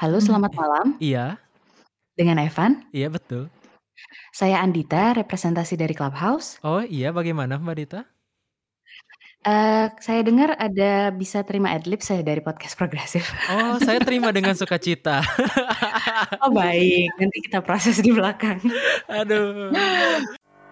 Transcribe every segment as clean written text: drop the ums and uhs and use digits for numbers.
Halo, selamat malam Iya dengan Evan. iya betul. Saya Andita, representasi dari Clubhouse. Oh iya, bagaimana Mbak Dita? Saya dengar ada bisa terima adlib saya dari podcast progresif. Oh, saya terima dengan sukacita. Oh baik, nanti kita proses di belakang. Aduh.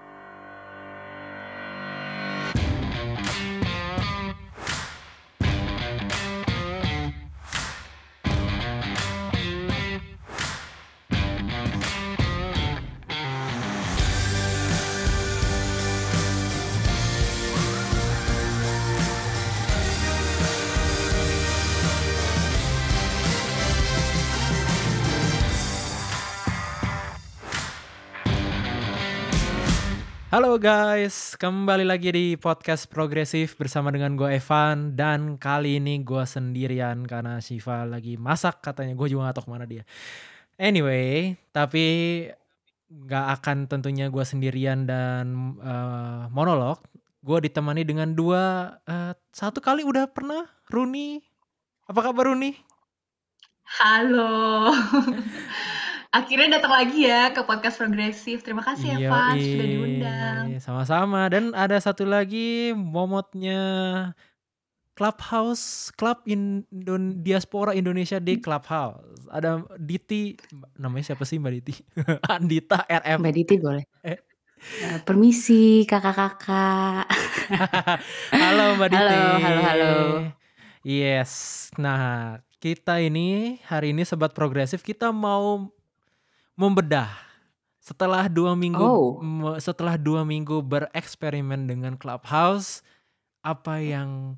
Halo guys, kembali lagi di podcast progresif bersama dengan gue Evan. Dan kali ini gue sendirian karena Shiva lagi masak katanya. Gue juga gak tau kemana dia. Anyway, tapi gak akan tentunya gue sendirian dan monolog. Gue ditemani dengan satu kali udah pernah Runi. Apa kabar Runi? Halo. Akhirnya datang lagi ya ke podcast progresif. Terima kasih Evan sudah diundang. Sama-sama. Dan ada satu lagi momotnya Clubhouse, Diaspora Indonesia di Clubhouse. Ada Diti, namanya siapa sih Mbak Diti? Andita RF. Mbak Diti boleh. Permisi kakak-kakak. Halo Mbak Diti. Halo. Yes. Nah, kita ini hari ini Sobat Progresif kita mau membedah setelah 2 minggu setelah 2 minggu bereksperimen dengan Clubhouse, apa yang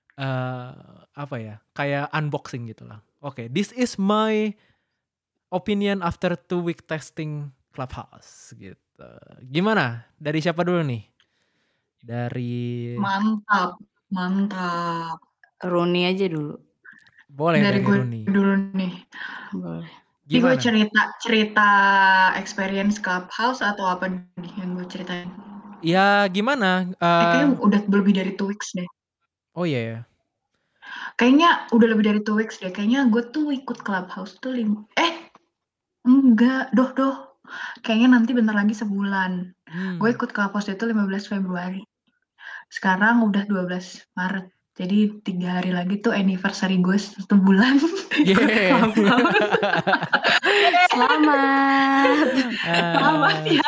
kayak unboxing gitu lah. Oke, this is my opinion after 2 week testing Clubhouse gitu. Gimana? Dari siapa dulu nih? Dari Mantap. Runi aja dulu. Boleh dari gue Runi. dulu nih. Boleh. Ini gue Gimana? cerita experience Clubhouse atau apa nih yang gue ceritain? Ya gimana? Kayaknya udah lebih dari 2 weeks deh. Oh iya ya. Kayaknya udah lebih dari 2 weeks deh. Kayaknya gue tuh ikut Clubhouse tuh enggak, doh. Kayaknya nanti bentar lagi sebulan. Gue ikut Clubhouse itu 15 Februari. Sekarang udah 12 Maret. Jadi 3 hari lagi tuh anniversary gue 1 bulan ikut Clubhouse. Selamat ya.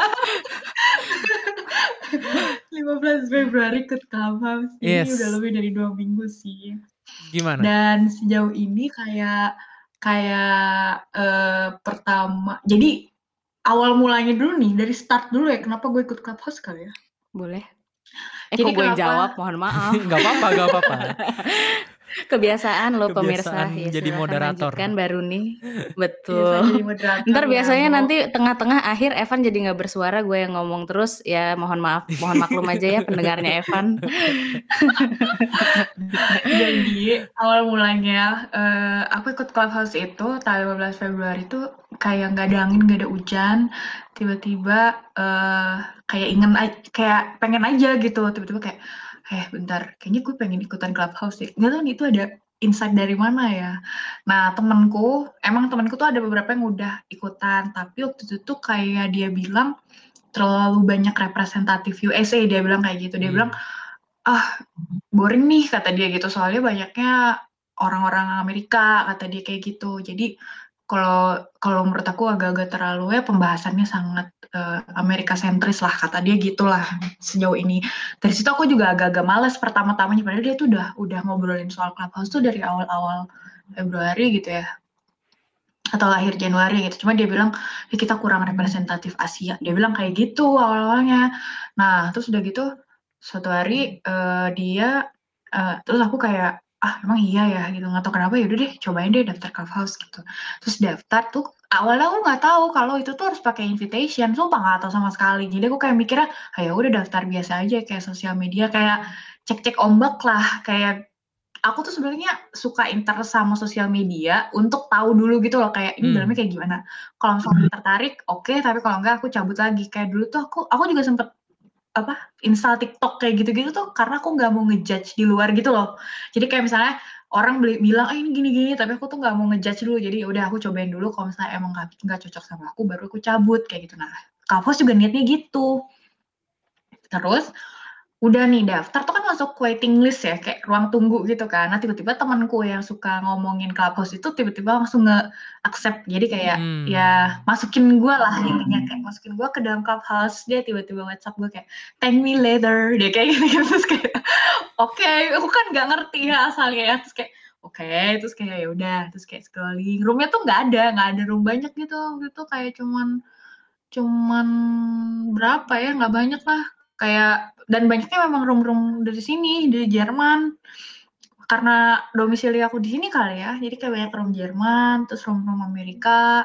15 Februari ikut Clubhouse. Jadi udah lebih dari 2 minggu sih. Gimana? Dan sejauh ini kayak pertama, jadi awal mulanya dulu nih, dari start dulu ya, kenapa gue ikut Clubhouse kali ya? Boleh. Jadi kok gue yang jawab, mohon maaf. Gak apa-apa. Kebiasaan lo pemirsa. Ya, jadi moderator. Lanjutkan baru nih. Betul. Jadi moderator. Ntar biasanya nanti tengah-tengah akhir Evan jadi gak bersuara, gue yang ngomong terus. Ya mohon maklum aja ya pendengarnya Evan. Jadi awal mulanya aku ikut Clubhouse itu tanggal 15 Februari itu kayak gak ada angin, gak ada hujan. Tiba-tiba kayak pengen aja gitu. Tiba-tiba kayak bentar, kayaknya gue pengen ikutan Clubhouse deh. Nggak tahu nih itu ada insight dari mana ya. Nah temanku tuh ada beberapa yang udah ikutan, tapi waktu itu tuh kayak dia bilang terlalu banyak representatif USA, dia bilang kayak gitu. Dia bilang, boring nih kata dia gitu, soalnya banyaknya orang-orang Amerika, kata dia kayak gitu. Jadi kalau menurut aku agak-agak terlalu pembahasannya sangat Amerika sentris lah, kata dia gitulah sejauh ini. Dari situ aku juga agak-agak males pertama-tamanya, padahal dia tuh udah ngobrolin soal Clubhouse tuh dari awal-awal Februari gitu ya, atau akhir Januari gitu. Cuma dia bilang kita kurang representatif Asia, dia bilang kayak gitu awal-awalnya. Nah terus udah gitu suatu hari dia terus aku kayak emang iya ya gitu, nggak tahu kenapa, yaudah deh cobain deh daftar Clubhouse gitu. Terus daftar tuh awalnya aku nggak tahu kalau itu tuh harus pakai invitation, sumpah nggak tahu sama sekali. Jadi aku kayak mikirnya ya udah daftar biasa aja kayak sosial media, kayak cek-cek ombak lah. Kayak aku tuh sebenarnya suka interest sama sosial media untuk tahu dulu gitu loh, kayak ini dalamnya kayak gimana. Kalau misalnya tertarik oke, tapi kalau enggak aku cabut lagi. Kayak dulu tuh aku juga sempet install TikTok kayak gitu-gitu tuh karena aku nggak mau ngejudge di luar gitu loh. Jadi kayak misalnya orang bilang, ini gini-gini, tapi aku tuh nggak mau ngejudge dulu. Jadi udah aku cobain dulu, kalau misalnya emang nggak cocok sama aku, baru aku cabut kayak gitu. Nah, Clubhouse juga niatnya gitu. Terus udah nih daftar tuh kan masuk waiting list ya, kayak ruang tunggu gitu kan. Nah tiba-tiba temanku yang suka ngomongin Clubhouse itu tiba-tiba langsung nge-accept. Jadi kayak ya masukin gue lah intinya, kayak masukin gue ke dalam Clubhouse. Dia tiba-tiba WhatsApp gue kayak thank me later, dia kayak gitu, terus kayak oke, aku kan nggak ngerti ya asalnya ya, terus kayak oke, terus kayak ya udah, terus kayak scrolling. Roomnya tuh nggak ada room banyak gitu, gitu kayak cuman berapa ya, nggak banyak lah, kayak, dan banyaknya memang room-room dari sini, dari Jerman. Karena domisili aku di sini kali ya, jadi kayak banyak room Jerman, terus room-room Amerika.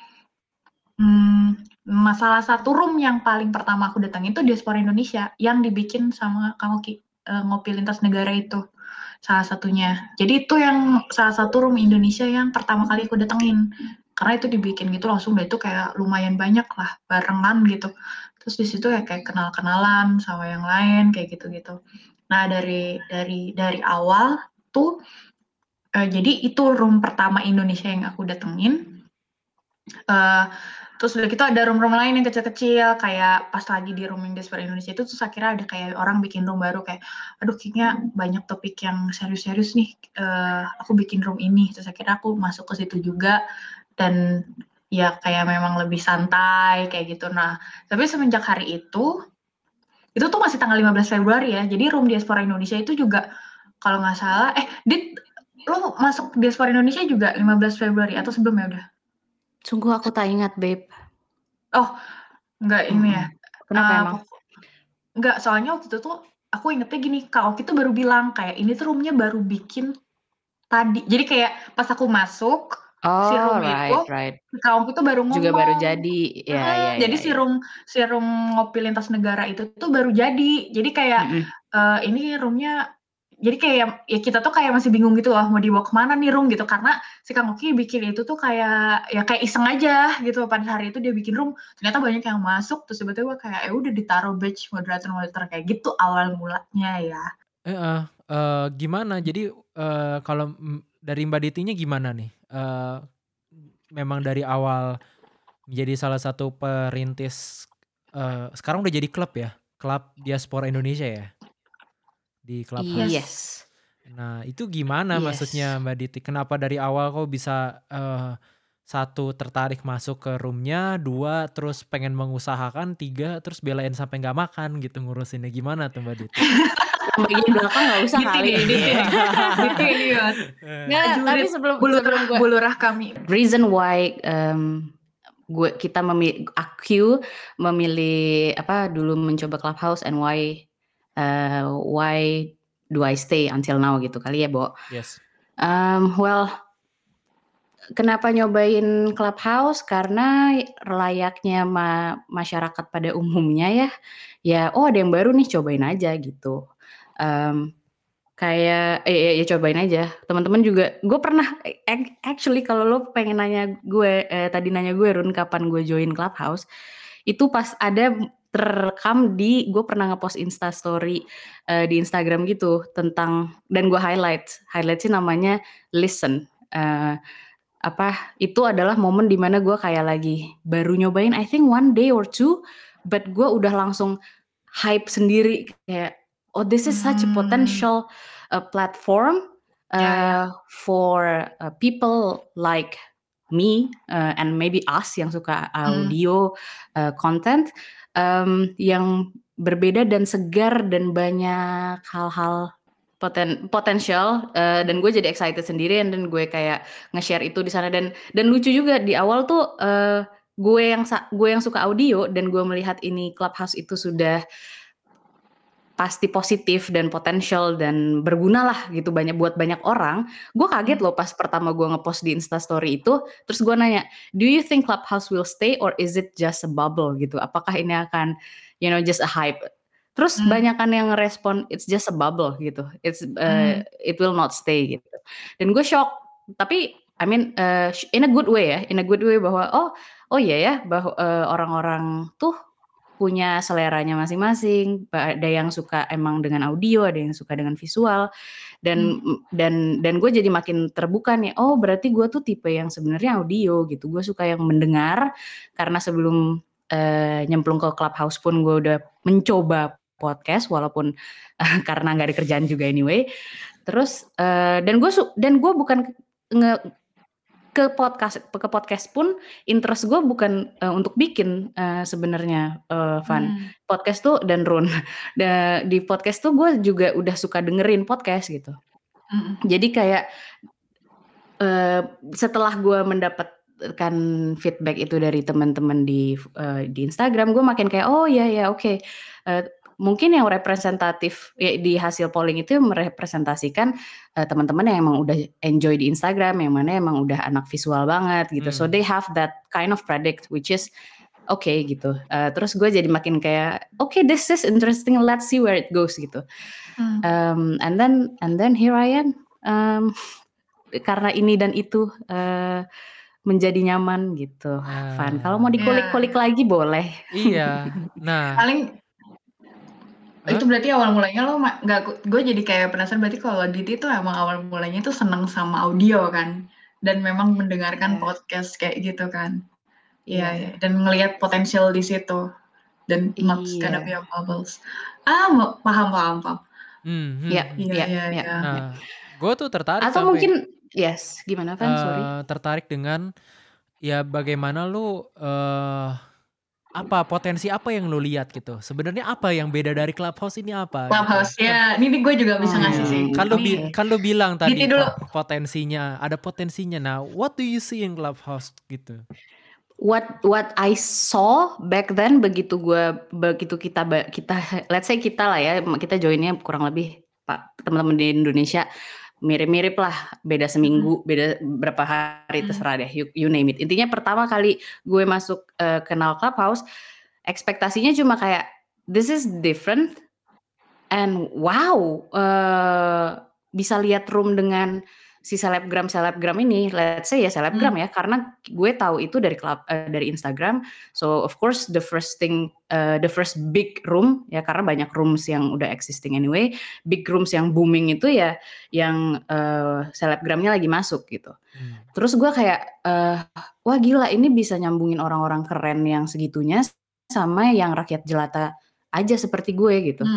Salah satu room yang paling pertama aku datangin itu Diaspora Indonesia, yang dibikin sama Kang Oki, Ngopi Lintas Negara itu, salah satunya. Jadi itu yang salah satu room Indonesia yang pertama kali aku datengin. Karena itu dibikin gitu langsung, itu kayak lumayan banyak lah, barengan gitu. Terus di situ ya kayak kenal-kenalan sama yang lain, kayak gitu-gitu. Nah dari awal tuh, jadi itu room pertama Indonesia yang aku datengin. Terus udah gitu ada room-room lain yang kecil-kecil, kayak pas lagi di room yang Diaspora Indonesia itu, terus akhirnya ada kayak orang bikin room baru, kayak aduh kayaknya banyak topik yang serius-serius nih, aku bikin room ini, terus akhirnya aku masuk ke situ juga, dan ya kayak memang lebih santai kayak gitu. Nah tapi semenjak hari itu tuh masih tanggal 15 Februari ya, jadi room Diaspora Indonesia itu juga kalau nggak salah, Dit, lo masuk Diaspora Indonesia juga 15 Februari atau sebelumnya udah? Sungguh aku tak ingat, Babe. Oh, enggak ini ya. Kenapa emang? Enggak, soalnya waktu itu tuh aku ingetnya gini, Kak Oki tuh baru bilang kayak ini tuh roomnya baru bikin tadi. Jadi kayak pas aku masuk si room itu, Right. Kak Oki tuh baru ngomong. Juga baru jadi. Ya. Jadi si room Ngopi Lintas Negara itu tuh baru jadi. Jadi kayak ini roomnya, jadi kayak ya kita tuh kayak masih bingung gitu loh, mau dibawa kemana nih room gitu, karena si Kang Oki bikin itu tuh kayak ya kayak iseng aja gitu. Pada hari itu dia bikin room, ternyata banyak yang masuk, terus tiba-tiba kayak udah ditaruh badge moderator kayak gitu awal mulanya ya. Gimana? Jadi kalau dari Mbak Ditinya gimana nih? Memang dari awal menjadi salah satu perintis, sekarang udah jadi klub ya? Klub Diaspora Indonesia ya? Di Clubhouse. Yes. Nah itu gimana maksudnya Mbak Diti? Kenapa dari awal kok bisa satu tertarik masuk ke roomnya, dua terus pengen mengusahakan, tiga terus belain sampai nggak makan gitu, ngurusinnya gimana tuh Mbak Diti? Bagian belakang nggak usah kali. Nggak, tapi sebelum gue bulurah kami. Reason why aku memilih dulu mencoba Clubhouse, and why do I stay until now gitu kali ya, Bo. Yes. Well, kenapa nyobain Clubhouse? Karena layaknya masyarakat pada umumnya ya ada yang baru nih, cobain aja gitu. Kayak ya cobain aja. Teman-teman juga, gue pernah actually, kalau lo pengen nanya gue tadi nanya gue Run kapan gue join Clubhouse, itu pas ada terekam di, gue pernah ngepost Insta story di Instagram gitu tentang, dan gue highlightnya namanya listen. Itu adalah momen dimana gue kayak lagi baru nyobain, I think 1 day or 2, but gue udah langsung hype sendiri kayak, this is such a potential platform for people like me and maybe us yang suka audio content, yang berbeda dan segar dan banyak hal-hal potensial, dan gue jadi excited sendiri, dan gue kayak nge-share itu di sana, dan lucu juga di awal tuh gue yang suka audio, dan gue melihat ini Clubhouse itu sudah pasti positif dan potensial dan berguna lah gitu buat banyak orang. Gue kaget loh pas pertama gue ngepost di Instastory itu, terus gue nanya, do you think Clubhouse will stay or is it just a bubble gitu? Apakah ini akan just a hype? Terus banyakan yang ngerespon it's just a bubble gitu, it will not stay gitu. Dan gue shock, tapi I mean in a good way bahwa oh iya ya, bahwa orang-orang tuh punya seleranya masing-masing. Ada yang suka emang dengan audio, ada yang suka dengan visual. Dan gue jadi makin terbuka nih. Oh, berarti gue tuh tipe yang sebenarnya audio gitu. Gue suka yang mendengar, karena sebelum nyemplung ke Clubhouse pun gue udah mencoba podcast, walaupun karena nggak ada kerjaan juga anyway. Terus dan gue bukan ke podcast pun interest gue bukan untuk bikin sebenarnya, Van. Podcast tuh dan Run. Di podcast tuh gue juga udah suka dengerin podcast gitu. Jadi kayak setelah gue mendapatkan feedback itu dari teman-teman di Instagram, gue makin kayak oh ya oke. Mungkin yang representatif ya, di hasil polling itu merepresentasikan teman-teman yang emang udah enjoy di Instagram, yang mana emang udah anak visual banget gitu. So they have that kind of predict, which is okay gitu. Terus gue jadi makin kayak okay, this is interesting, let's see where it goes gitu. And then here I am. Karena ini dan itu menjadi nyaman gitu, Van. Kalau mau dikulik-kulik lagi boleh. Iya. Nah, paling itu berarti awal mulanya lo gue jadi kayak penasaran, berarti kalau Diti tuh emang awal mulanya tuh seneng sama audio kan, dan memang mendengarkan podcast kayak gitu kan. Iya. Dan ngelihat potensial di situ dan not stand up your bubbles. Paham. Iya. Nah, gue tuh tertarik atau mungkin yes, gimana Van? Sorry. Tertarik dengan ya bagaimana lu potensi apa yang lu lihat gitu. Sebenarnya apa yang beda dari Clubhouse ini apa? Clubhouse gitu. Ya, ini gue juga bisa ngasih sih. Kan lu bilang tadi potensinya, ada potensinya. Nah, what do you see in Clubhouse gitu? What I saw back then, begitu kita let's say kita lah ya, kita joinnya kurang lebih teman-teman di Indonesia mirip-mirip lah, beda seminggu, beda berapa hari, terserah deh, you name it. Intinya pertama kali gue masuk kenal Clubhouse, ekspektasinya cuma kayak this is different and wow, bisa lihat room dengan si selebgram ini, let's say ya selebgram ya, karena gue tahu itu dari Instagram. So of course the first big room ya, karena banyak rooms yang udah existing anyway, big rooms yang booming itu ya yang selebgramnya lagi masuk gitu. Terus gue kayak wah gila, ini bisa nyambungin orang-orang keren yang segitunya sama yang rakyat jelata aja seperti gue gitu.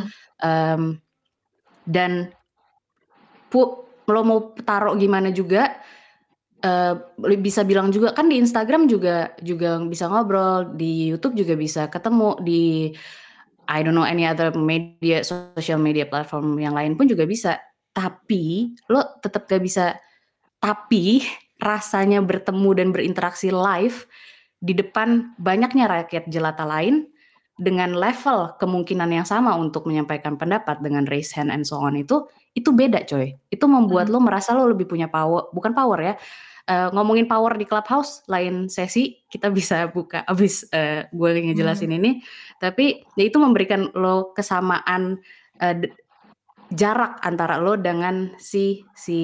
Dan lo mau taruh gimana juga, bisa bilang juga kan di Instagram juga bisa ngobrol, di YouTube juga bisa ketemu, di I don't know any other media, social media platform yang lain pun juga bisa. Tapi lo tetap gak bisa, tapi rasanya bertemu dan berinteraksi live di depan banyaknya rakyat jelata lain dengan level kemungkinan yang sama untuk menyampaikan pendapat dengan raise hand and so on, itu beda coy. Itu membuat lo merasa lo lebih punya power, bukan power ya. Ngomongin power di Clubhouse lain sesi, kita bisa buka abis gue ngejelasin ini. Tapi ya itu memberikan lo kesamaan jarak antara lo dengan si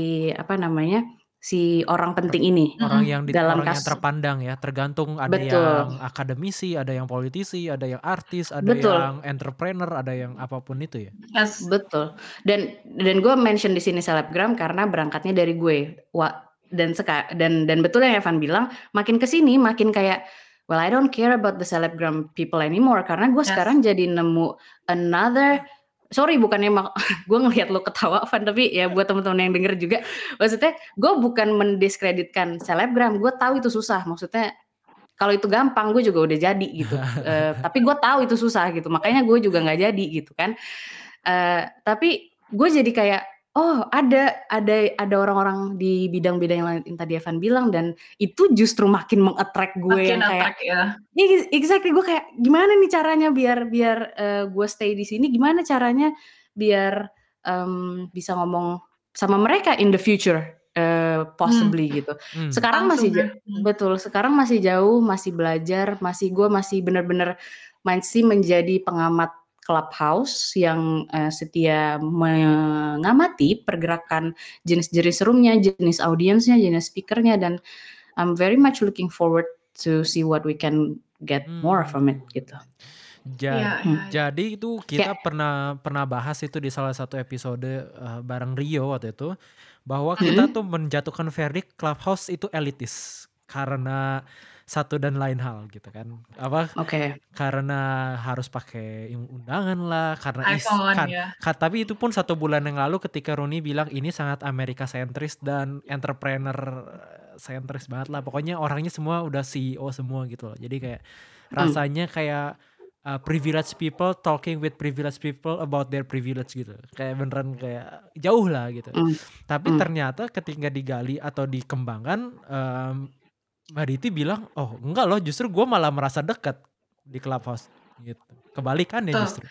orang penting ini. Orang yang terpandang ya, tergantung ada yang akademisi, ada yang politisi, ada yang artis, ada yang entrepreneur, ada yang apapun itu ya. Yes. Betul. Dan gue mention di sini selebgram karena berangkatnya dari gue. Dan betul yang Evan bilang, makin kesini makin kayak well I don't care about the selebgram people anymore, karena gue sekarang jadi nemu another. Sorry, bukannya gue ngelihat lo ketawa, Van, tapi ya buat teman-teman yang denger juga, maksudnya gue bukan mendiskreditkan selebgram, gue tahu itu susah, maksudnya kalau itu gampang gue juga udah jadi gitu, tapi gue tahu itu susah gitu, makanya gue juga nggak jadi gitu kan, tapi gue jadi kayak oh ada orang-orang di bidang-bidang yang lain yang tadi Evan bilang, dan itu justru makin meng-attract gue, yang kayak exactly, gue kayak gimana nih caranya biar gue stay di sini, gimana caranya biar bisa ngomong sama mereka in the future, possibly gitu. Sekarang sekarang masih jauh, masih belajar, gue masih benar-benar masih menjadi pengamat Clubhouse yang setia mengamati pergerakan jenis-jenis roomnya, jenis audiensnya, jenis speakernya, dan I'm very much looking forward to see what we can get more from it gitu. Jadi, Iya. jadi itu kita Kayak pernah bahas itu di salah satu episode bareng Rio waktu itu, bahwa kita tuh menjatuhkan verdict Clubhouse itu elitis karena satu dan lain hal gitu kan. Oke. Karena harus pakai undangan lah, karena iPhone ya. tapi itu pun 1 bulan yang lalu ketika Rooney bilang ini sangat Amerika sentris dan entrepreneur sentris banget lah. Pokoknya orangnya semua udah CEO semua gitu loh. Jadi kayak rasanya kayak privileged people talking with privileged people about their privilege gitu. Kayak beneran kayak jauh lah gitu. Tapi ternyata ketika digali atau dikembangkan, Mbak Diti bilang, oh enggak loh, justru gue malah merasa dekat di Clubhouse gitu. Kebalikannya Tuh. justru.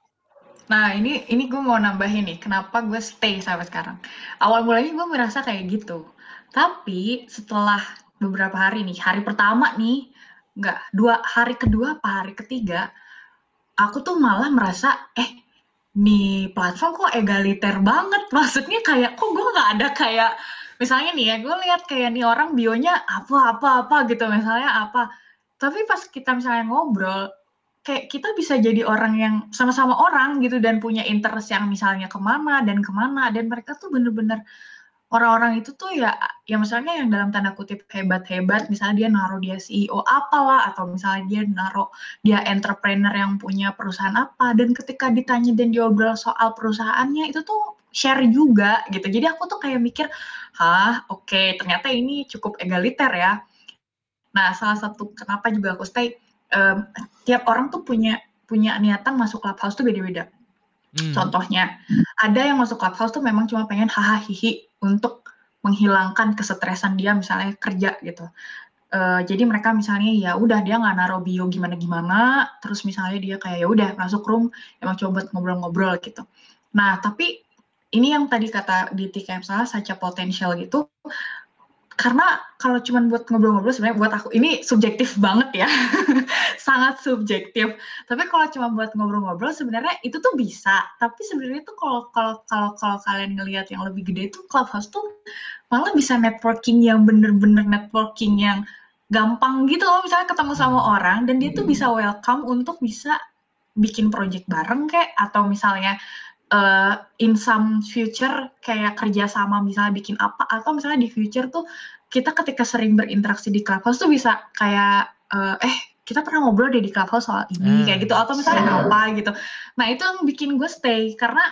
Nah ini gue mau nambahin nih, kenapa gue stay sampai sekarang. Awal mulanya gue merasa kayak gitu. Tapi setelah beberapa hari nih, hari pertama nih, hari kedua apa hari ketiga, aku tuh malah merasa, nih platform kok egaliter banget. Maksudnya kayak, kok gue nggak ada kayak, misalnya nih ya, gue lihat kayak nih orang bionya apa gitu, misalnya apa. Tapi pas kita misalnya ngobrol, kayak kita bisa jadi orang yang sama-sama orang gitu dan punya interest yang misalnya kemana dan mereka tuh bener-bener orang-orang itu tuh ya misalnya yang dalam tanda kutip hebat-hebat, misalnya dia naruh dia CEO apalah, atau misalnya dia naruh dia entrepreneur yang punya perusahaan apa, dan ketika ditanya dan diobrol soal perusahaannya itu tuh share juga gitu. Jadi aku tuh kayak mikir, oke, ternyata ini cukup egaliter ya. Nah, salah satu kenapa juga aku stay, tiap orang tuh punya niatan masuk Clubhouse tuh beda-beda. Contohnya, ada yang masuk Clubhouse tuh memang cuma pengen hihi untuk menghilangkan kesetresan dia misalnya kerja gitu. Jadi mereka misalnya ya udah dia nggak naruh bio gimana-gimana, terus misalnya dia kayak ya udah masuk room emang coba buat ngobrol-ngobrol gitu. Nah, tapi ini yang tadi kata Diti kayak misalnya saja potensial gitu, karena kalau cuma buat ngobrol-ngobrol sebenarnya buat aku ini subjektif banget ya. Sangat subjektif. Tapi kalau cuma buat ngobrol-ngobrol sebenarnya itu tuh bisa. Tapi sebenarnya tuh kalau kalian ngelihat yang lebih gede itu Clubhouse tuh malah bisa networking yang bener-bener networking yang gampang gitu loh. Misalnya ketemu sama orang dan dia tuh bisa welcome untuk bisa bikin project bareng kayak, atau misalnya in some future kayak kerja sama misalnya bikin apa, atau misalnya di future tuh kita ketika sering berinteraksi di Clubhouse tuh bisa kayak kita pernah ngobrol deh di Clubhouse soal ini kayak gitu, atau misalnya apa gitu. Nah itu yang bikin gue stay karena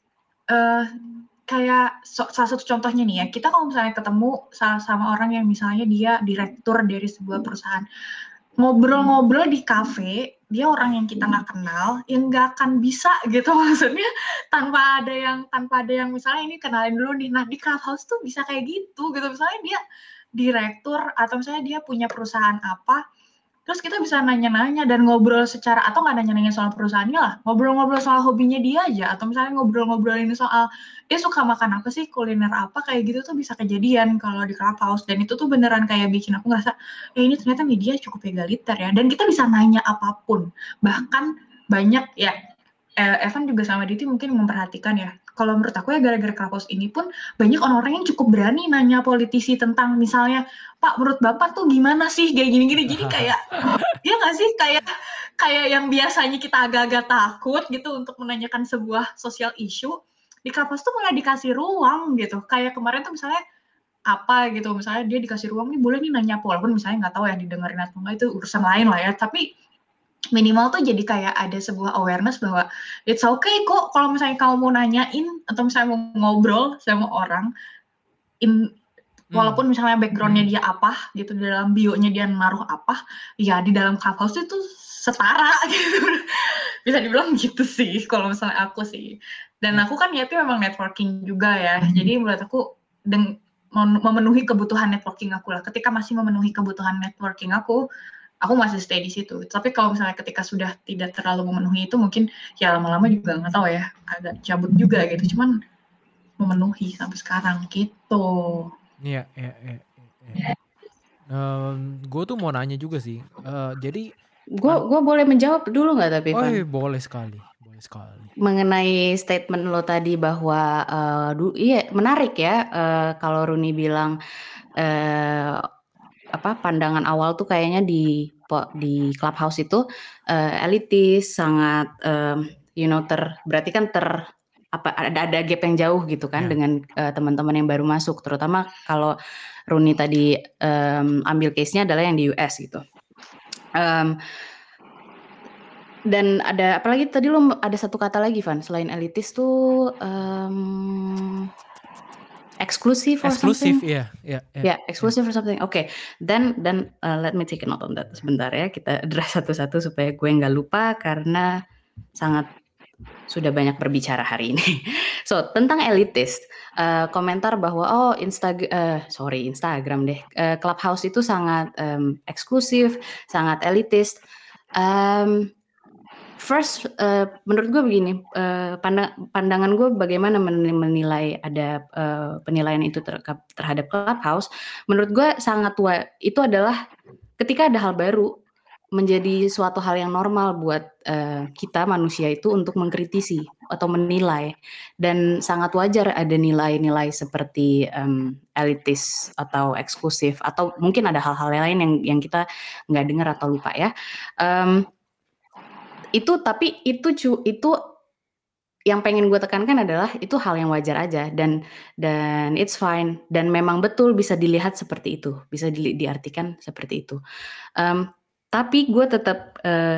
kayak salah satu contohnya nih ya, kita kalau misalnya ketemu sama orang yang misalnya dia direktur dari sebuah perusahaan, ngobrol-ngobrol di kafe, dia orang yang kita nggak kenal, yang nggak akan bisa gitu maksudnya tanpa ada yang misalnya ini kenalin dulu nih. Nah di Clubhouse tuh bisa kayak gitu misalnya dia direktur atau misalnya dia punya perusahaan apa, terus kita bisa nanya-nanya dan ngobrol secara, atau nggak nanya-nanya soal perusahaannya lah, ngobrol-ngobrol soal hobinya dia aja, atau misalnya ngobrol-ngobrolin soal dia suka makan apa sih, kuliner apa, kayak gitu tuh bisa kejadian kalau di Clubhouse. Dan itu tuh beneran kayak bikin aku ngerasa, ini ternyata media cukup egaliter ya, dan kita bisa nanya apapun. Bahkan banyak ya, Evan juga sama Diti mungkin memperhatikan ya, kalau menurut aku ya gara-gara Clubhouse ini pun banyak orang-orang yang cukup berani nanya politisi tentang misalnya, Pak menurut Bapak tuh gimana sih kayak gini-gini. Jadi kayak ya nggak sih, kayak yang biasanya kita agak-agak takut gitu untuk menanyakan sebuah sosial issue, di Clubhouse tuh malah dikasih ruang gitu. Kayak kemarin tuh misalnya apa gitu, misalnya dia dikasih ruang nih, boleh nih nanya apa, walaupun misalnya nggak tahu ya didengerin atau enggak itu urusan lain lah ya, tapi minimal tuh jadi kayak ada sebuah awareness bahwa it's okay kok kalau misalnya kamu mau nanyain atau misalnya mau ngobrol sama orang, walaupun misalnya background-nya dia apa gitu, di dalam bio-nya dia naruh apa, ya di dalam Clubhouse itu setara gitu. Bisa dibilang gitu sih kalau misalnya aku sih. Dan aku kan niatnya memang networking juga ya. Jadi menurut aku memenuhi kebutuhan networking aku lah. Ketika masih memenuhi kebutuhan networking aku masih stay di situ. Tapi kalau misalnya ketika sudah tidak terlalu memenuhi itu, mungkin ya lama-lama juga nggak tahu ya, agak cabut juga gitu. Cuman memenuhi sampai sekarang gitu. Iya. Gue tuh mau nanya juga sih. Jadi Gue boleh menjawab dulu nggak tapi Van? boleh sekali. Mengenai statement lo tadi bahwa iya menarik ya, kalau Rooney bilang pandangan awal tuh kayaknya di di Clubhouse itu elitis, sangat berarti kan ada gap yang jauh gitu kan dengan teman-teman yang baru masuk, terutama kalau Rooney tadi ambil case-nya adalah yang di US gitu. Dan ada apalagi tadi lo ada satu kata lagi Van selain elitis tuh exclusive or something? Yeah. Exclusive or something. Okay. Then let me take a note on that sebentar ya. Kita address satu-satu supaya gue nggak lupa karena sangat sudah banyak berbicara hari ini. So tentang elitis, komentar bahwa Instagram deh, Clubhouse itu sangat eksklusif, sangat elitis. First, menurut gue begini, pandangan gue bagaimana menilai ada penilaian itu terhadap Clubhouse. Menurut gue itu adalah ketika ada hal baru menjadi suatu hal yang normal buat kita manusia itu untuk mengkritisi atau menilai, dan sangat wajar ada nilai-nilai seperti elitis atau eksklusif atau mungkin ada hal-hal lain yang kita nggak dengar atau lupa ya. Itu yang pengen gue tekankan adalah itu hal yang wajar aja dan it's fine dan memang betul bisa dilihat seperti itu, bisa diartikan seperti itu. Tapi gue tetap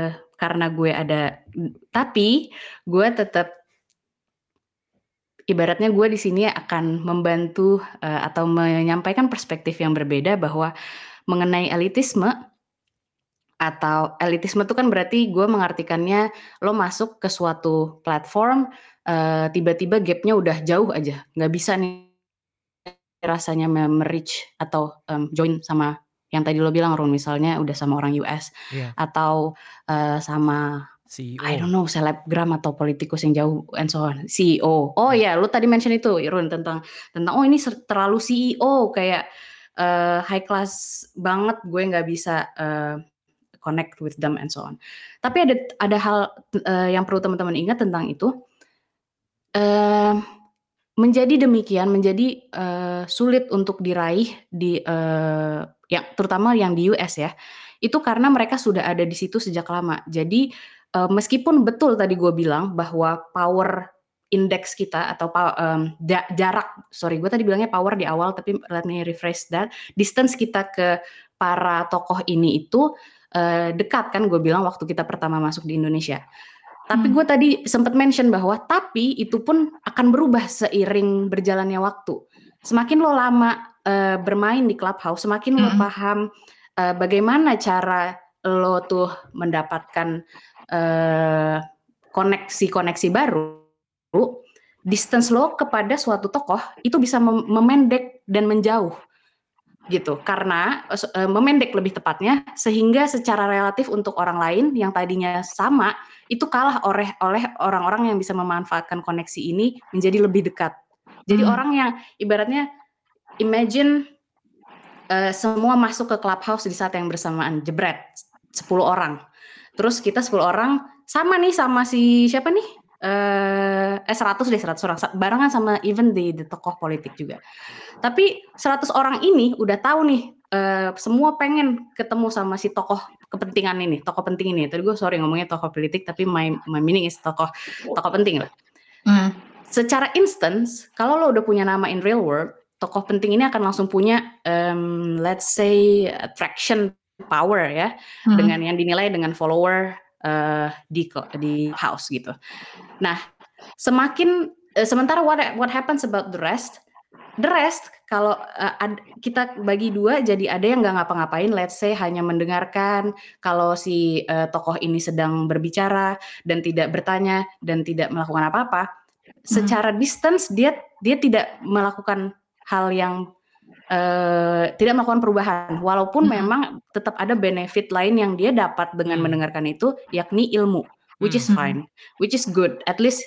ibaratnya gue di sini akan membantu atau menyampaikan perspektif yang berbeda bahwa mengenai elitisme. Atau elitisme itu kan berarti gue mengartikannya lo masuk ke suatu platform tiba-tiba gapnya udah jauh aja, nggak bisa nih rasanya merich atau join sama yang tadi lo bilang Ron, misalnya udah sama orang US atau sama CEO. I don't know, selebgram atau politikus yang jauh and so on, CEO. Oh ya, lo tadi mention itu Ron tentang oh ini terlalu CEO kayak high class banget, gue nggak bisa connect with them and so on. Tapi ada hal yang perlu teman-teman ingat tentang itu. Menjadi demikian, menjadi sulit untuk diraih terutama yang di US ya. Itu karena mereka sudah ada di situ sejak lama. Jadi meskipun betul tadi gue bilang bahwa power index kita atau jarak, gue tadi bilangnya power di awal, tapi let me rephrase that. Distance kita ke para tokoh ini itu dekat kan, gue bilang waktu kita pertama masuk di Indonesia. Tapi gue tadi sempat mention bahwa tapi itu pun akan berubah seiring berjalannya waktu. Semakin lo lama bermain di Clubhouse, semakin lo paham bagaimana cara lo tuh mendapatkan koneksi-koneksi baru. Distance lo kepada suatu tokoh itu bisa memendek dan menjauh. Gitu, karena memendek lebih tepatnya, sehingga secara relatif untuk orang lain yang tadinya sama itu kalah oleh orang-orang yang bisa memanfaatkan koneksi ini menjadi lebih dekat. Jadi orang yang ibaratnya imagine semua masuk ke Clubhouse di saat yang bersamaan, jebret 10 orang, terus kita 10 orang sama nih sama si siapa nih 100 orang barengan sama even the tokoh politik juga. Tapi 100 orang ini udah tahu nih semua pengen ketemu sama si tokoh kepentingan ini, tokoh penting ini. Tadi gue ngomongnya tokoh politik, tapi my meaning is tokoh penting lah. Secara instance, kalau lo udah punya nama in real world, tokoh penting ini akan langsung punya let's say attraction power ya, dengan yang dinilai dengan follower di house gitu. Nah, sementara what happens about the rest kalau kita bagi dua, jadi ada yang nggak ngapa-ngapain, let's say hanya mendengarkan kalau si tokoh ini sedang berbicara dan tidak bertanya dan tidak melakukan apa-apa. Secara distance dia tidak melakukan hal yang tidak melakukan perubahan, walaupun memang tetap ada benefit lain yang dia dapat dengan mendengarkan itu, yakni ilmu, which is fine, which is good, at least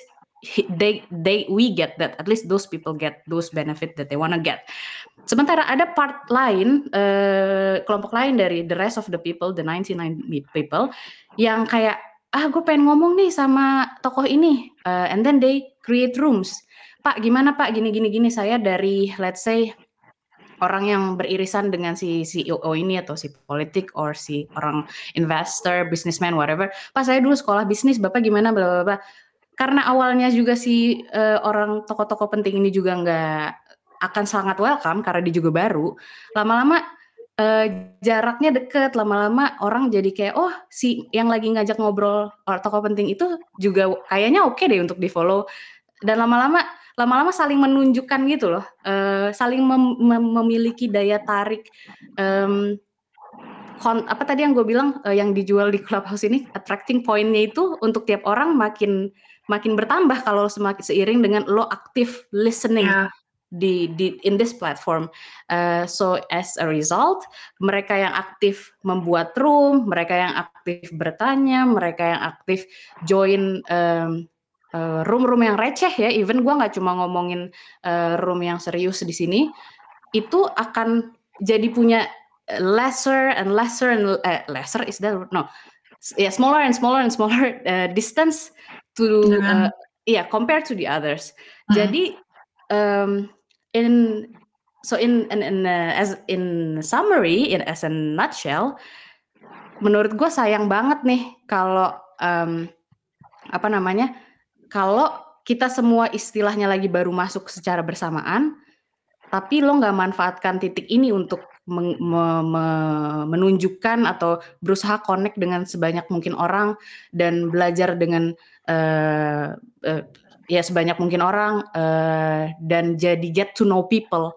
we get that, at least those people get those benefit that they wanna get. Sementara ada part lain, kelompok lain dari the rest of the people, the 99 people, yang kayak gue pengen ngomong nih sama tokoh ini, and then they create rooms. Pak, gimana Pak, gini, saya dari let's say orang yang beririsan dengan si CEO ini atau si politik or si orang investor, businessman, whatever. Pak saya dulu sekolah bisnis, Bapak gimana, bla bla bla. Karena awalnya juga si orang tokoh-tokoh penting ini juga nggak akan sangat welcome karena dia juga baru. Lama-lama jaraknya deket, lama-lama orang jadi kayak oh si yang lagi ngajak ngobrol orang tokoh penting itu juga kayaknya oke deh untuk di follow, dan lama-lama saling menunjukkan gitu loh, saling memiliki daya tarik, apa tadi yang gue bilang, yang dijual di Clubhouse ini attracting point-nya itu untuk tiap orang makin bertambah kalau semakin seiring dengan lo aktif listening Iya. di in this platform. So as a result, mereka yang aktif membuat room, mereka yang aktif bertanya, mereka yang aktif join room-room yang receh ya, even gue nggak cuma ngomongin room yang serius di sini, itu akan jadi punya lesser and lesser and lesser is that no, yeah, smaller and smaller and smaller distance to Dengan compared to the others. Mhm. Jadi as in summary, as a nutshell, menurut gue sayang banget nih kalau kalau kita semua istilahnya lagi baru masuk secara bersamaan, tapi lo nggak manfaatkan titik ini untuk menunjukkan atau berusaha connect dengan sebanyak mungkin orang dan belajar dengan ya sebanyak mungkin orang dan jadi get to know people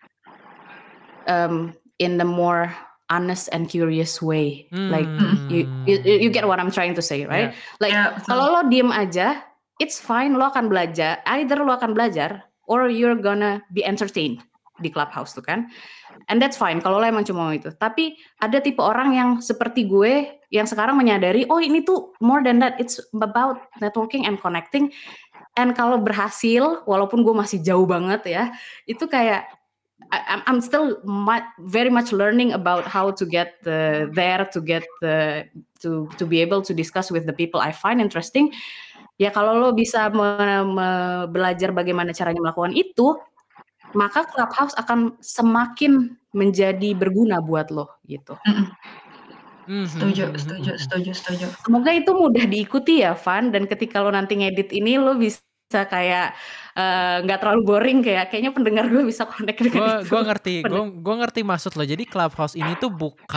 in the more honest and curious way. Like you get what I'm trying to say, right? Yeah. Like Ya, betul. kalau lo diem aja, it's fine, lo akan belajar. Either lo akan belajar or you're gonna be entertained di Clubhouse tuh kan. And that's fine kalau lo emang cuma mau itu. Tapi ada tipe orang yang seperti gue yang sekarang menyadari, oh ini tuh more than that. It's about networking and connecting. And kalau berhasil, walaupun gue masih jauh banget ya, itu kayak I'm still very much learning about how to get there, to get to be able to discuss with the people I find interesting. Ya kalau lo bisa belajar bagaimana caranya melakukan itu, maka Clubhouse akan semakin menjadi berguna buat lo gitu. Setuju, setuju, setuju, setuju. Semoga itu mudah diikuti ya, Van. Dan ketika lo nanti ngedit ini, lo bisa kayak nggak terlalu boring, kayaknya pendengar gue bisa connect dengan itu. Gue ngerti maksud lo. Jadi Clubhouse ini tuh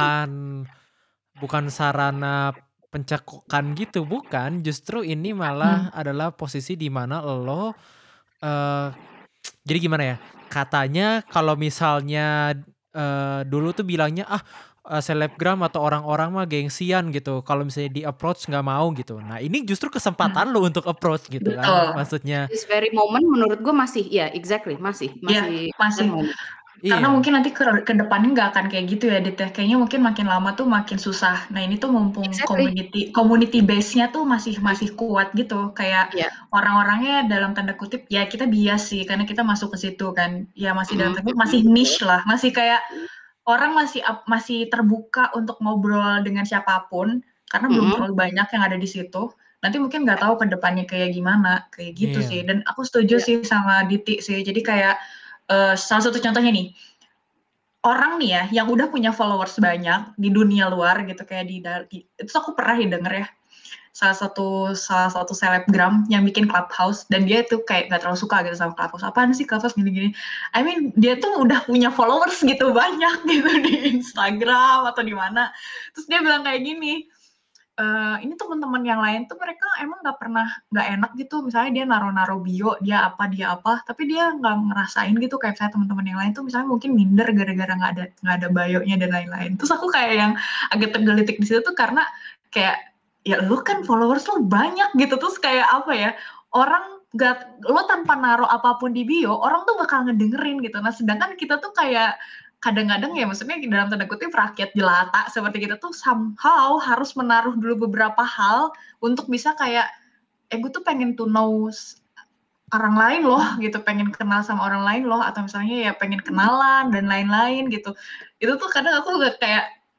bukan sarana pencekokan gitu, bukan. Justru ini malah adalah posisi di mana lo jadi gimana ya? Katanya kalau misalnya dulu tuh bilangnya selebgram atau orang-orang mah gengsian gitu. Kalau misalnya di approach nggak mau gitu. Nah ini justru kesempatan lo untuk approach gitu kan, Betul. maksudnya. This very moment menurut gue masih, ya exactly, masih moment. Karena Iya. mungkin nanti ke depannya nggak akan kayak gitu ya, Dit ya. Kayaknya mungkin makin lama tuh makin susah. Nah ini tuh mumpung Exactly. community base-nya tuh masih kuat gitu. Kayak Iya. orang-orangnya dalam tanda kutip ya kita bias sih karena kita masuk ke situ kan. Ya masih dalam tanda kutip masih niche lah, masih kayak orang masih terbuka untuk ngobrol dengan siapapun karena belum terlalu banyak yang ada di situ. Nanti mungkin nggak tahu ke depannya kayak gimana, kayak gitu Iya. sih. Dan aku setuju sih sama Diti sih. Jadi kayak salah satu contohnya nih, orang nih ya yang udah punya followers banyak di dunia luar gitu kayak itu aku pernah denger ya salah satu selebgram yang bikin Clubhouse dan dia tuh kayak nggak terlalu suka gitu sama Clubhouse. Apaan sih Clubhouse gini-gini? I mean dia tuh udah punya followers gitu banyak gitu di Instagram atau di mana. Terus dia bilang kayak gini, ini teman-teman yang lain tuh mereka emang nggak enak gitu, misalnya dia naruh bio dia apa, tapi dia nggak ngerasain gitu kayak saya teman-teman yang lain tuh misalnya mungkin minder gara-gara nggak ada bio-nya dan lain-lain. Terus aku kayak yang agak tergelitik di situ tuh karena kayak ya lu kan followers lu banyak gitu, terus kayak apa ya, orang lo tanpa naruh apapun di bio, orang tuh bakal ngedengerin gitu. Nah sedangkan kita tuh kayak kadang-kadang ya maksudnya dalam tanda kutip rakyat jelata seperti kita tuh somehow harus menaruh dulu beberapa hal untuk bisa kayak gue tuh pengen to know orang lain loh gitu, pengen kenal sama orang lain loh, atau misalnya ya pengen kenalan dan lain-lain gitu. Itu tuh kadang aku kayak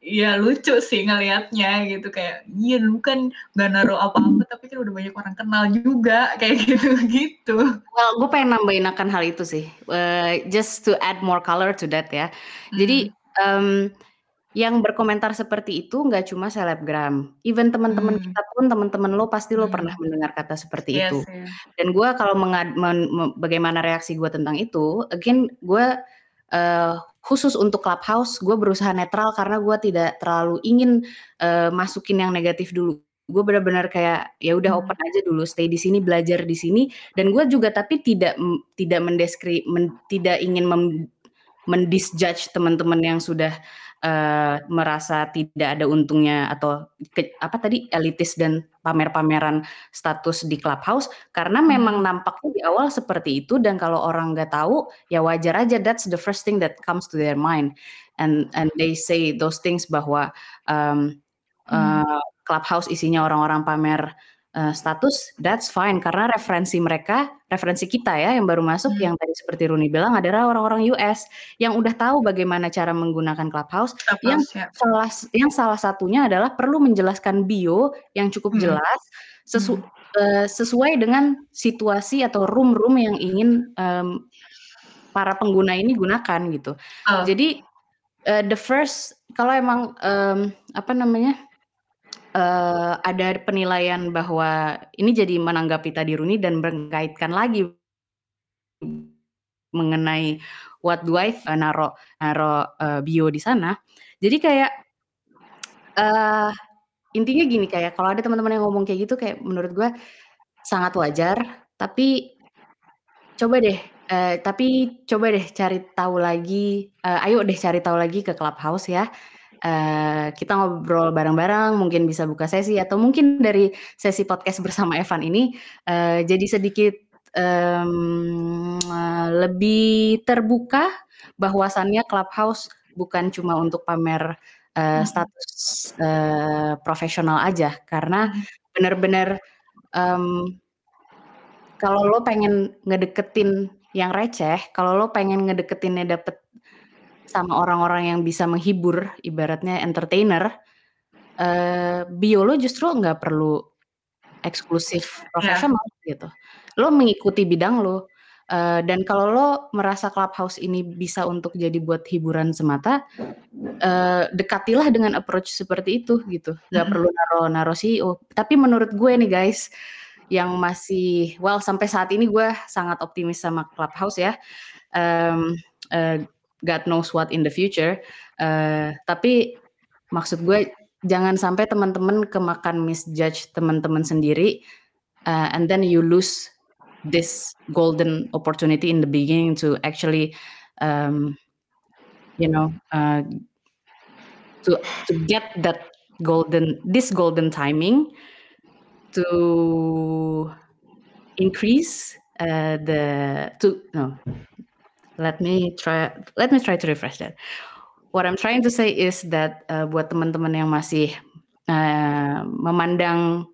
ya lucu sih ngelihatnya gitu, kayak iya lu kan nggak naruh apa-apa tapi kan udah banyak orang kenal juga kayak gitu. Well, gue pengen nambahin akan hal itu sih, just to add more color to that ya. Jadi yang berkomentar seperti itu nggak cuma selebgram, even teman-teman kita pun, teman-teman lo pasti lo pernah mendengar kata seperti Iya itu. sih. Dan gue kalau bagaimana reaksi gue tentang itu, again gue khusus untuk Clubhouse, gue berusaha netral karena gue tidak terlalu ingin masukin yang negatif dulu. Gue benar-benar kayak ya udah open aja dulu, stay di sini, belajar di sini. Dan gue juga tapi tidak ingin mendisjudge teman-teman yang sudah merasa tidak ada untungnya atau elitis dan pamer-pameran status di Clubhouse, karena memang nampaknya di awal seperti itu, dan kalau orang nggak tahu ya wajar aja, that's the first thing that comes to their mind, and they say those things bahwa Clubhouse isinya orang-orang pamer status, that's fine, karena referensi kita ya yang baru masuk, yang tadi seperti Runi bilang adalah orang-orang US yang udah tahu bagaimana cara menggunakan Clubhouse, yang salah satunya adalah perlu menjelaskan bio yang cukup jelas sesuai dengan situasi atau room yang ingin para pengguna ini gunakan gitu. Jadi the first, kalau emang ada penilaian bahwa ini jadi menanggapi tadi Runi dan mengkaitkan lagi mengenai what do I naruh bio di sana. Jadi kayak intinya gini, kayak kalau ada teman-teman yang ngomong kayak gitu, kayak menurut gue sangat wajar, tapi coba deh cari tahu lagi, ayo deh cari tahu lagi ke Clubhouse ya. Kita ngobrol bareng-bareng, mungkin bisa buka sesi, atau mungkin dari sesi podcast bersama Evan ini jadi sedikit lebih terbuka bahwasannya Clubhouse bukan cuma untuk pamer status profesional aja, karena benar-benar kalau lo pengen ngedeketin yang receh, kalau lo pengen ngedeketinnya dapet sama orang-orang yang bisa menghibur, ibaratnya entertainer, bio lo justru nggak perlu eksklusif profesional gitu. Lo mengikuti bidang lo, dan kalau lo merasa Clubhouse ini bisa untuk jadi buat hiburan semata, dekatilah dengan approach seperti itu gitu. Nggak perlu naruh CEO. Tapi menurut gue nih guys, yang masih, sampai saat ini gue sangat optimis sama Clubhouse ya. God knows what in the future. Tapi maksud gue jangan sampai teman-teman kemakan misjudge teman-teman sendiri, and then you lose this golden opportunity in the beginning to actually, to get that golden timing to increase let me try to refresh that. What I'm trying to say is that buat teman-teman yang masih memandang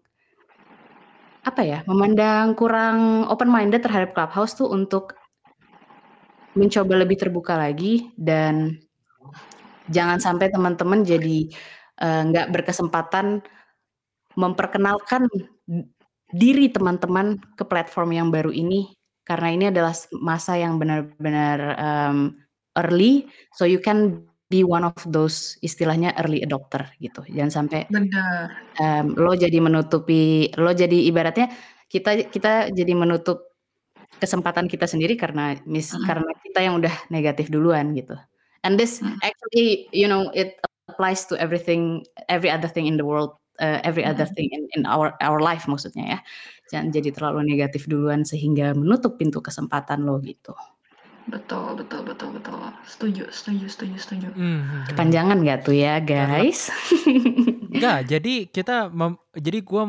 kurang open minded terhadap Clubhouse tuh, untuk mencoba lebih terbuka lagi, dan jangan sampai teman-teman jadi nggak berkesempatan memperkenalkan diri teman-teman ke platform yang baru ini, karena ini adalah masa yang benar-benar early, so you can be one of those istilahnya early adopter gitu. Jangan sampai lo jadi ibaratnya kita jadi menutup kesempatan kita sendiri karena kita yang udah negatif duluan gitu. And this actually, it applies to every other thing in the world, every other thing in our life maksudnya ya. Jangan jadi terlalu negatif duluan sehingga menutup pintu kesempatan lo gitu. Betul. Setuju. Kepanjangan nggak tuh ya guys? Enggak, jadi gue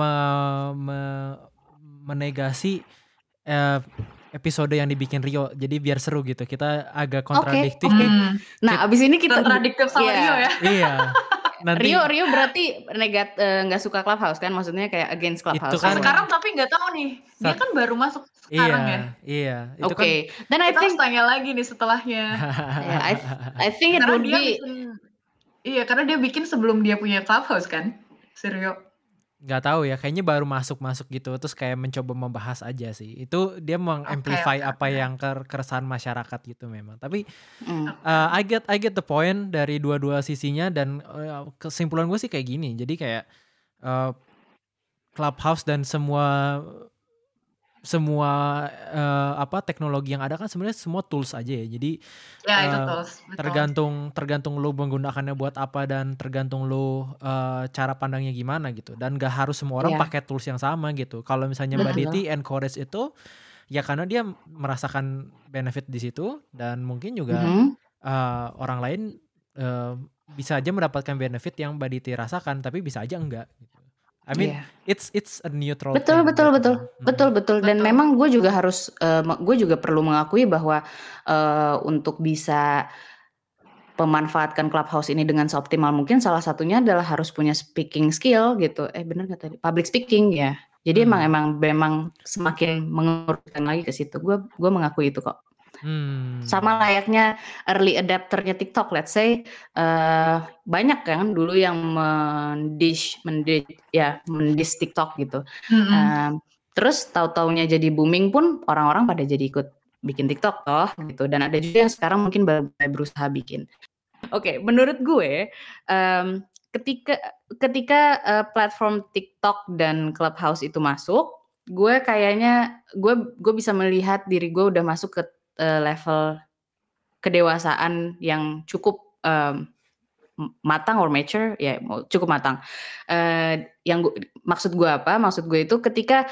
menegasi episode yang dibikin Rio, jadi biar seru gitu. Kita agak kontradiktif. Nah, abis ini kita kontradiktif sama Rio ya. Iya. Nanti Rio berarti nggak suka Clubhouse kan? Maksudnya kayak against Clubhouse. Itu kan, sekarang tapi nggak tahu nih. Dia kan baru masuk sekarang ya. Iya. Oke. Dan kita harus tanya lagi nih setelahnya. I think it would be Iya, karena dia bikin sebelum dia punya Clubhouse kan, Suryo? Nggak tahu ya, kayaknya baru masuk gitu, terus kayak mencoba membahas aja sih. Itu dia Oke meng-amplify oke apa oke. yang keresahan masyarakat gitu memang. Tapi Mmm. I get the point dari dua-dua sisinya dan kesimpulan gue sih kayak gini. Jadi kayak Clubhouse dan semua apa teknologi yang ada kan sebenarnya semua tools aja ya. Jadi Ya itu tools, betul. tergantung lu menggunakannya buat apa dan tergantung lu cara pandangnya gimana gitu. Dan gak harus semua orang Iya, pakai tools yang sama gitu. Kalau misalnya Mbak betul. Diti encourage itu ya karena dia merasakan benefit di situ dan mungkin juga Mhm. orang lain bisa aja mendapatkan benefit yang Mbak Diti rasakan tapi bisa aja enggak gitu. I mean Iya. it's a neutral Betul thing betul gitu betul. kan. Betul betul dan Betul. memang gue juga harus, gue juga perlu mengakui bahwa, untuk bisa memanfaatkan Clubhouse ini dengan seoptimal mungkin salah satunya adalah harus punya speaking skill gitu. Bener nggak tadi? Public speaking ya. Jadi memang semakin mengurutkan lagi ke situ. Gue mengakui itu kok. Sama layaknya early adapter-nya TikTok, let's say, banyak kan dulu yang mendish TikTok gitu. Mhm. Terus tahu-taunya jadi booming pun orang-orang pada jadi ikut bikin TikTok toh gitu. Dan ada juga yang sekarang mungkin baru mulai berusaha bikin. Oke, menurut gue, ketika platform TikTok dan Clubhouse itu masuk, gue kayaknya gue bisa melihat diri gue udah masuk ke level kedewasaan yang cukup matang or mature, ya cukup matang. Maksud gue apa? Maksud gue itu ketika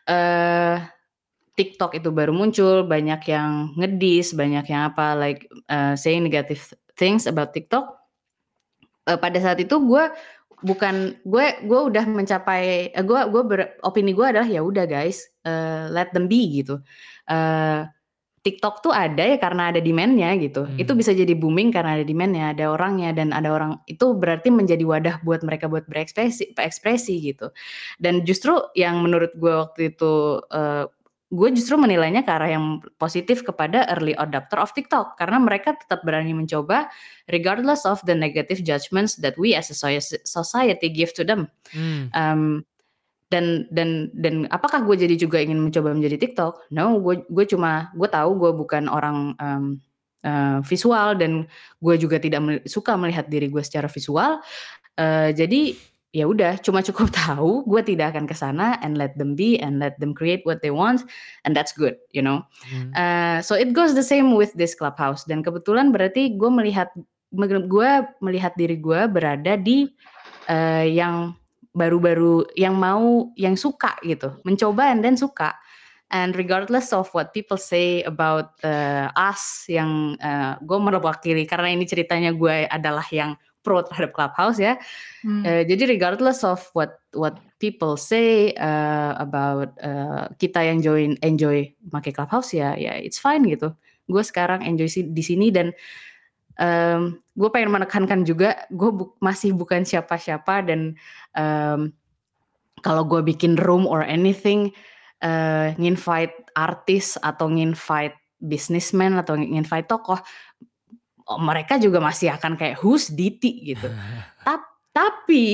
TikTok itu baru muncul, banyak yang ngedis, banyak yang apa, like saying negative things about TikTok. Pada saat itu gue udah mencapai, opini gue adalah ya udah guys, let them be gitu. TikTok tuh ada ya karena ada demand-nya gitu. Itu bisa jadi booming karena ada demand-nya, ada orangnya dan ada orang itu berarti menjadi wadah buat mereka buat berekspresi gitu. Dan justru yang menurut gue waktu itu gue justru menilainya ke arah yang positif kepada early adopter of TikTok karena mereka tetap berani mencoba regardless of the negative judgments that we as a society give to them. Dan apakah gue jadi juga ingin mencoba menjadi TikTok? No, gue tahu gue bukan orang visual dan gue juga tidak suka melihat diri gue secara visual. Jadi ya udah, cuma cukup tahu gue tidak akan ke sana and let them be and let them create what they want and that's good, you know. So it goes the same with this Clubhouse dan kebetulan berarti gue melihat diri gue berada di yang baru-baru yang suka gitu, mencoba and then suka. And regardless of what people say about us yang gue mewakili karena ini ceritanya gue adalah yang pro terhadap Clubhouse ya. Jadi regardless of what people say about kita yang enjoy pakai Clubhouse ya it's fine gitu. Gue sekarang enjoy di sini dan gue pengen menekankan juga gue masih bukan siapa-siapa dan kalau gue bikin room or anything nginvite artis atau nginvite businessman atau nginvite tokoh, mereka juga masih akan kayak who's Diti gitu. Tapi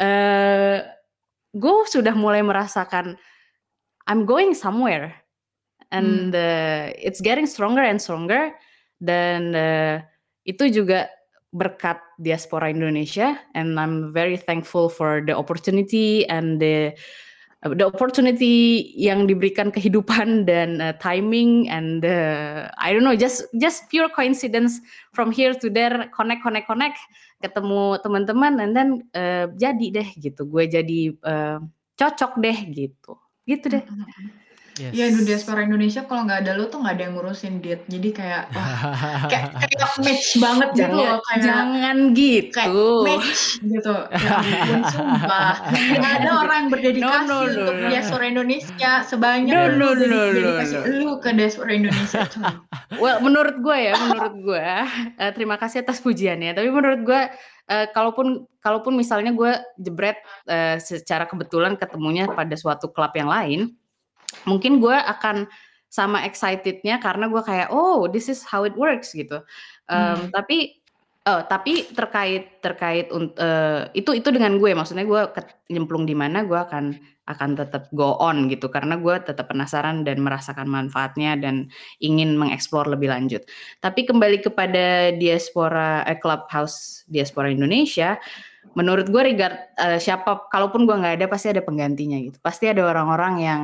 gue sudah mulai merasakan I'm going somewhere and it's getting stronger and stronger dan itu juga berkat diaspora Indonesia and I'm very thankful for the opportunity and the opportunity yang diberikan kehidupan dan timing and I don't know just pure coincidence from here to there connect ketemu teman-teman and then jadi deh gitu gue jadi cocok deh gitu deh. Yes. Iya, diaspora Indonesia kalau nggak ada lo tuh nggak ada yang ngurusin Dit. Jadi kayak kayak match banget gitu loh. Jangan gitu. Kayak match gitu. Ya ampun, sumpah. Nggak ada orang yang berdedikasi untuk diaspora Indonesia sebanyak lu dedikasi lu ke diaspora Indonesia. Well, menurut gue terima kasih atas pujiannya. Tapi menurut gue kalaupun misalnya gue jebret secara kebetulan ketemunya pada suatu klub yang lain, mungkin gue akan sama excitednya karena gue kayak oh this is how it works gitu. Tapi Tapi terkait itu dengan gue, maksudnya gue nyemplung di mana, gue akan tetap go on gitu, karena gue tetap penasaran dan merasakan manfaatnya dan ingin mengeksplor lebih lanjut. Tapi kembali kepada Clubhouse diaspora Indonesia, menurut gue siapa, kalaupun gue nggak ada, pasti ada penggantinya gitu. Pasti ada orang-orang yang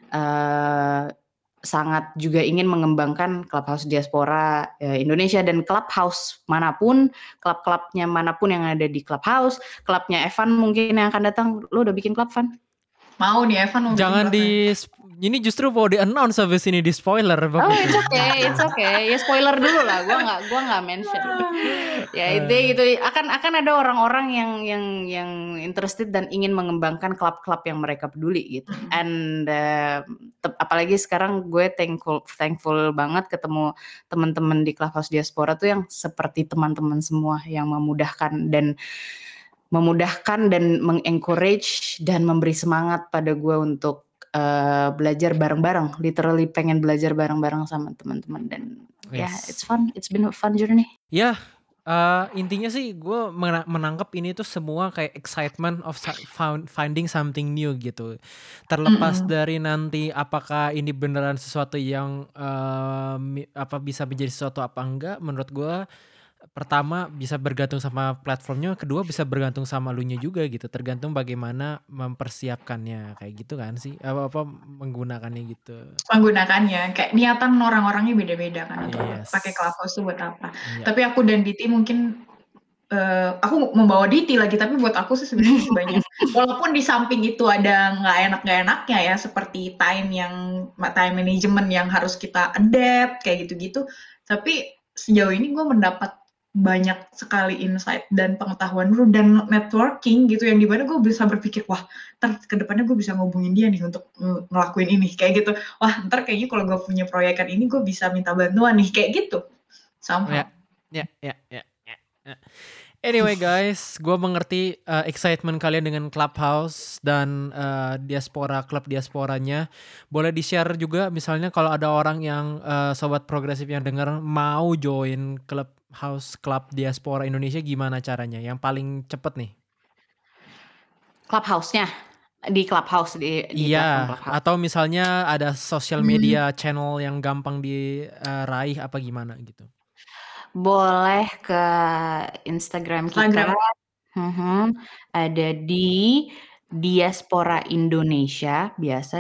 sangat juga ingin mengembangkan Clubhouse diaspora Indonesia, dan Clubhouse manapun, klub-klubnya manapun yang ada di Clubhouse, klubnya Evan mungkin yang akan datang. Lo udah bikin klub, Van? Mau nih, Evan mau Jangan ini justru mau di-announce habis ini, di spoiler. Oh, it's okay. Ya spoiler dulu lah, gua nggak mention. Ya itu gitu. Akan ada orang-orang yang interested dan ingin mengembangkan klub-klub yang mereka peduli gitu. And apalagi sekarang gue thankful banget ketemu teman-teman di Clubhouse Diaspora tuh yang seperti teman-teman semua, yang memudahkan dan mengencourage dan memberi semangat pada gue untuk belajar bareng-bareng, literally pengen belajar bareng-bareng sama teman-teman, dan it's fun, it's been a fun journey. Intinya sih gue menangkap ini tuh semua kayak excitement of finding something new gitu. Terlepas dari nanti apakah ini beneran sesuatu yang bisa menjadi sesuatu apa enggak, menurut gue pertama bisa bergantung sama platformnya, kedua bisa bergantung sama lunya juga gitu, tergantung bagaimana mempersiapkannya, kayak gitu kan sih, menggunakannya gitu. Menggunakannya, kayak niatan orang-orangnya beda-beda kan untuk pakai Clubhouse itu buat apa. Tapi aku dan Diti mungkin, aku membawa Diti lagi, tapi buat aku sih sebenarnya masih banyak. Walaupun di samping itu ada nggak enaknya ya, seperti time management yang harus kita adapt kayak gitu-gitu. Tapi sejauh ini gue mendapat banyak sekali insight dan pengetahuan dulu dan networking gitu, yang dimana gue bisa berpikir, wah ntar kedepannya gue bisa ngubungin dia nih untuk ngelakuin ini kayak gitu. Wah ntar kayaknya kalau gue punya proyekan ini gue bisa minta bantuan nih kayak gitu. Somehow. Ya. Anyway guys, gue mengerti excitement kalian dengan Clubhouse dan klub diasporanya. Boleh di-share juga misalnya kalau ada orang yang sobat progresif yang dengar mau join Club diaspora Indonesia, gimana caranya? Yang paling cepet nih. Clubhouse-nya di Clubhouse di platform Clubhouse. Atau misalnya ada social media channel yang gampang diraih apa gimana gitu. Boleh ke Instagram kita. Ada di Diaspora Indonesia, biasa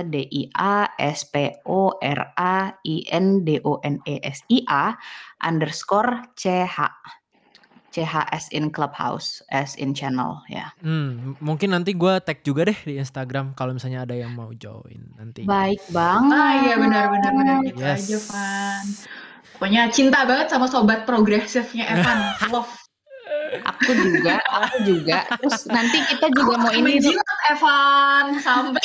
DIASPORAINDONESIA_CH as in Clubhouse, as in channel ya. Mungkin nanti gue tag juga deh di Instagram kalau misalnya ada yang mau join nanti. Baik banget. Iya benar gitu aja, Van. Pokoknya cinta banget sama sobat progresifnya Evan. Love. Aku juga. Terus nanti kita juga mau ini menjilat Evan sampai.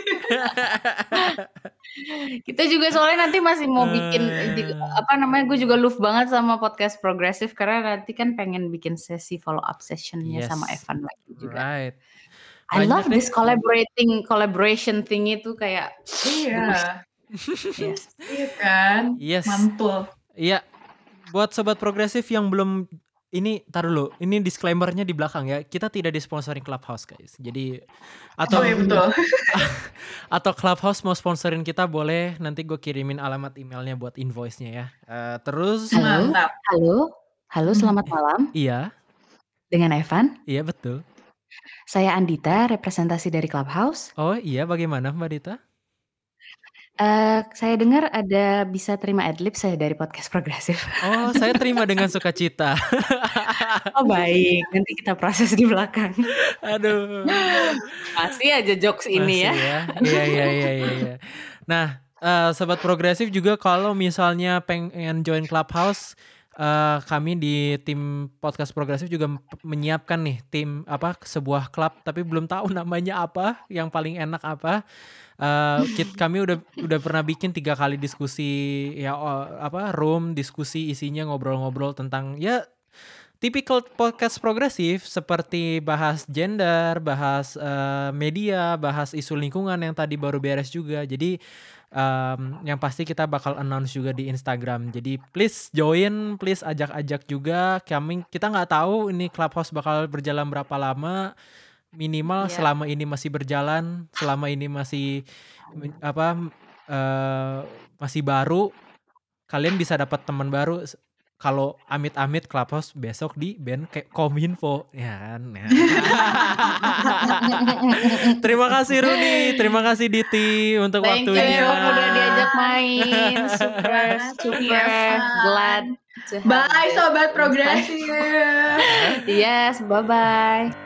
Kita juga soalnya nanti masih mau bikin gue juga love banget sama podcast progresif, karena nanti kan pengen bikin sesi follow up sessionnya sama Evan lagi juga. Right. I love this collaboration thing itu kayak. Iya. Yes. Iya kan? Yes. Mantul. Iya. Buat sobat progresif yang belum, ini tar dulu, ini disclaimer-nya di belakang ya. Kita tidak disponsori Clubhouse guys. Jadi atau betul. Atau Clubhouse mau sponsorin kita, boleh, nanti gue kirimin alamat emailnya buat invoice-nya ya. Terus Halo, selamat malam. Iya. Dengan Evan? Iya betul. Saya Andita, representasi dari Clubhouse. Oh iya, bagaimana Mbak Dita? Saya dengar ada bisa terima adlib saya dari podcast progresif. Oh, saya terima dengan sukacita. Oh baik, nanti kita proses di belakang. Aduh. Masih aja jokes ini ya. Iya. Nah, sobat progresif juga kalau misalnya pengen join Clubhouse, kami di tim podcast progresif juga menyiapkan nih sebuah klub, tapi belum tahu namanya apa, yang paling enak apa. Kami udah pernah bikin 3 kali diskusi room diskusi, isinya ngobrol-ngobrol tentang ya typical podcast progresif, seperti bahas gender, bahas media, bahas isu lingkungan yang tadi baru beres juga. Jadi Yang pasti kita bakal announce juga di Instagram. Jadi please join, please ajak-ajak juga. Kita nggak tahu ini Clubhouse bakal berjalan berapa lama. Minimal Iya. selama ini masih berjalan, selama ini masih masih baru, kalian bisa dapat teman baru. Kalau amit-amit Clubhouse besok di ban kayak Kominfo, ya kan? Ya. Terima kasih Runi, terima kasih Diti untuk Thank you, waktunya. Udah diajak main, super Evan. glad to have Bye this Sobat insight. Progresif. Yes, bye-bye.